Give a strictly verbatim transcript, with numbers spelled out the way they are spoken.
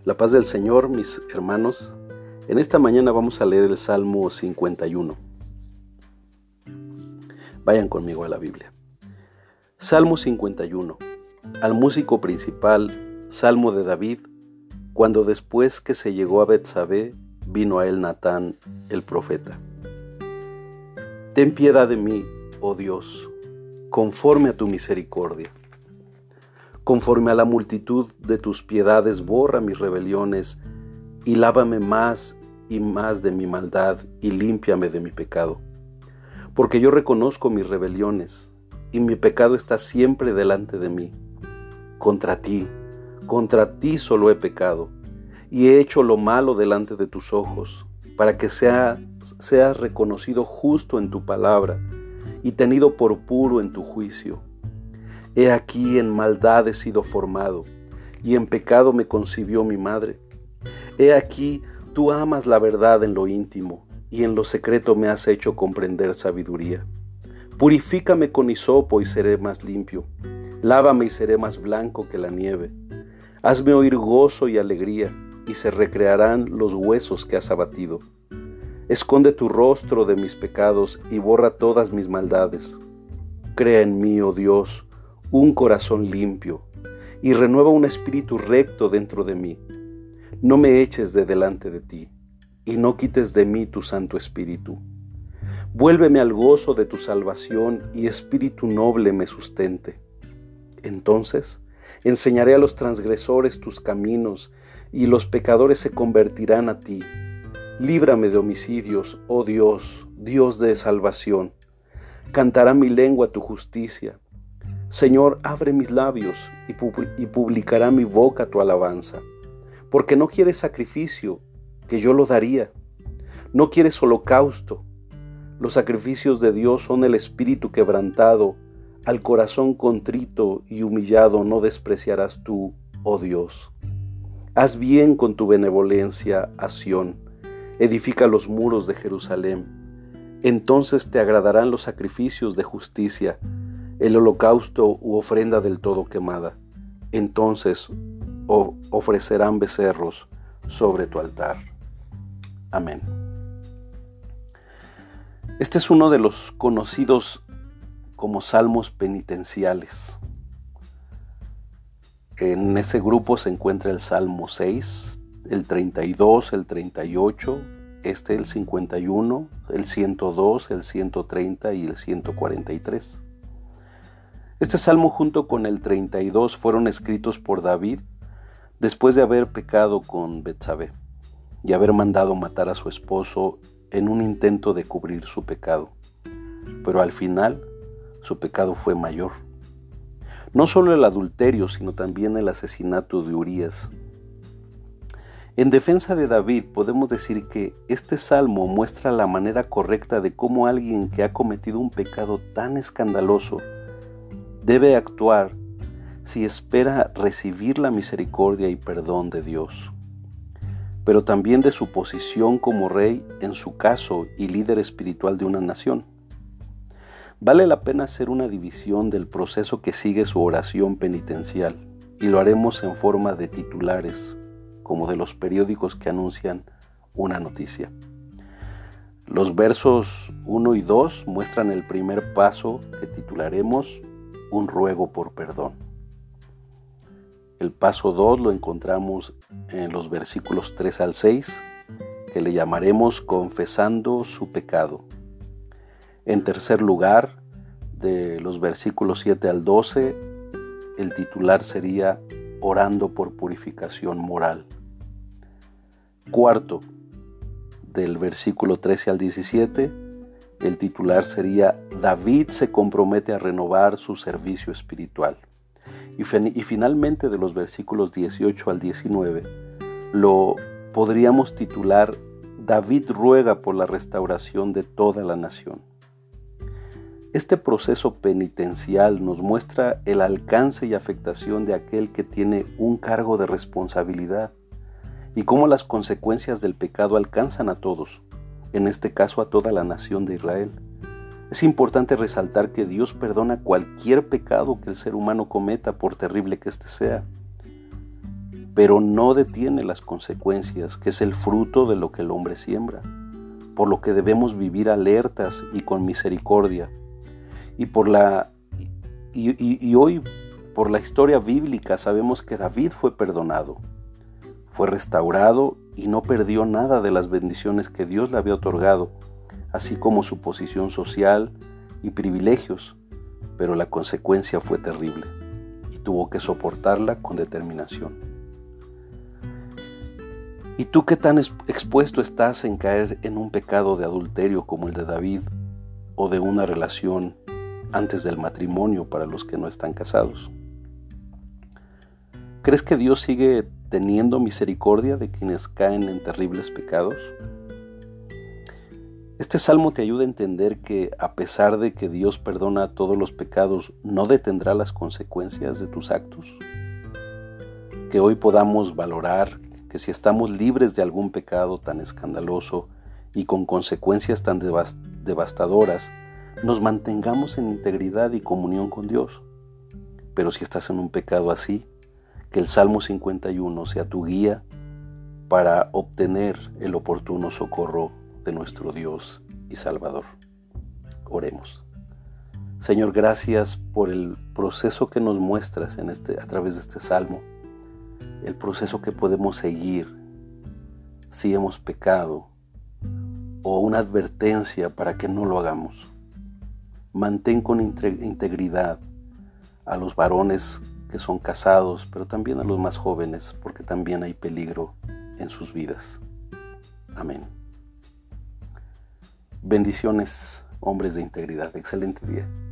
La paz del Señor, mis hermanos. En esta mañana vamos a leer el Salmo cincuenta y uno. Vayan conmigo a la Biblia. Salmo cincuenta y uno. Al músico principal, Salmo de David, cuando después que se llegó a Betsabé, vino a él Natán, el profeta. Ten piedad de mí, oh Dios, conforme a tu misericordia. Conforme a la multitud de tus piedades, borra mis rebeliones y lávame más y más de mi maldad y límpiame de mi pecado. Porque yo reconozco mis rebeliones y mi pecado está siempre delante de mí. Contra ti, contra ti solo he pecado y he hecho lo malo delante de tus ojos, para que sea, seas reconocido justo en tu palabra y tenido por puro en tu juicio. He aquí en maldad he sido formado, y en pecado me concibió mi madre. He aquí tú amas la verdad en lo íntimo, y en lo secreto me has hecho comprender sabiduría. Purifícame con hisopo y seré más limpio. Lávame y seré más blanco que la nieve. Hazme oír gozo y alegría, y se recrearán los huesos que has abatido. Esconde tu rostro de mis pecados y borra todas mis maldades. Crea en mí, oh Dios, un corazón limpio, y renueva un espíritu recto dentro de mí. No me eches de delante de ti, y no quites de mí tu Santo Espíritu. Vuélveme al gozo de tu salvación, y espíritu noble me sustente. Entonces enseñaré a los transgresores tus caminos, y los pecadores se convertirán a ti. Líbrame de homicidios, oh Dios, Dios de salvación. Cantará mi lengua tu justicia. Señor, abre mis labios y, pub- y publicará mi boca tu alabanza. Porque no quieres sacrificio, que yo lo daría. No quieres holocausto. Los sacrificios de Dios son el espíritu quebrantado. Al corazón contrito y humillado no despreciarás tú, oh Dios. Haz bien con tu benevolencia a Sión. Edifica los muros de Jerusalén. Entonces te agradarán los sacrificios de justicia, el holocausto u ofrenda del todo quemada. Entonces o- ofrecerán becerros sobre tu altar. Amén. Este es uno de los conocidos como salmos penitenciales. En ese grupo se encuentra el Salmo seis, el treinta y dos, el treinta y ocho, este el cincuenta y uno, el ciento dos, el ciento treinta y el ciento cuarenta y tres. Este salmo junto con el treinta y dos fueron escritos por David después de haber pecado con Betsabé y haber mandado matar a su esposo en un intento de cubrir su pecado. Pero al final su pecado fue mayor. No solo el adulterio, sino también el asesinato de Urías. En defensa de David podemos decir que este salmo muestra la manera correcta de cómo alguien que ha cometido un pecado tan escandaloso debe actuar si espera recibir la misericordia y perdón de Dios, pero también de su posición como rey en su caso y líder espiritual de una nación. Vale la pena hacer una división del proceso que sigue su oración penitencial, y lo haremos en forma de titulares, como de los periódicos que anuncian una noticia. Los versos uno y dos muestran el primer paso que titularemos Un ruego por perdón. El paso dos lo encontramos en los versículos tres al seis, que le llamaremos Confesando su pecado. En tercer lugar, de los versículos siete al doce, el titular sería Orando por purificación moral. Cuarto, del versículo trece al diecisiete, el titular sería David se compromete a renovar su servicio espiritual. Y, fin- y finalmente de los versículos dieciocho al diecinueve, lo podríamos titular David ruega por la restauración de toda la nación. Este proceso penitencial nos muestra el alcance y afectación de aquel que tiene un cargo de responsabilidad y cómo las consecuencias del pecado alcanzan a todos, en este caso a toda la nación de Israel. Es importante resaltar que Dios perdona cualquier pecado que el ser humano cometa, por terrible que éste sea. pero no detiene las consecuencias, que es el fruto de lo que el hombre siembra, por lo que debemos vivir alertas y con misericordia. Y, por la, y, y, y hoy, por la historia bíblica, sabemos que David fue perdonado, fue restaurado y no perdió nada de las bendiciones que Dios le había otorgado, así como su posición social y privilegios, pero la consecuencia fue terrible y tuvo que soportarla con determinación. ¿Y tú qué tan expuesto estás en caer en un pecado de adulterio como el de David, o de una relación antes del matrimonio para los que no están casados? ¿Crees que Dios sigue teniendo misericordia de quienes caen en terribles pecados? Este salmo te ayuda a entender que, a pesar de que Dios perdona todos los pecados, no detendrá las consecuencias de tus actos. Que hoy podamos valorar que si estamos libres de algún pecado tan escandaloso y con consecuencias tan devastadoras, nos mantengamos en integridad y comunión con Dios. Pero si estás en un pecado así, que el Salmo cincuenta y uno sea tu guía para obtener el oportuno socorro de nuestro Dios y Salvador. Oremos. Señor, gracias por el proceso que nos muestras en este, a través de este Salmo, el proceso que podemos seguir si hemos pecado, o una advertencia para que no lo hagamos. Mantén con integridad a los varones que son casados, pero también a los más jóvenes, porque también hay peligro en sus vidas. Amén. Bendiciones, hombres de integridad. Excelente día.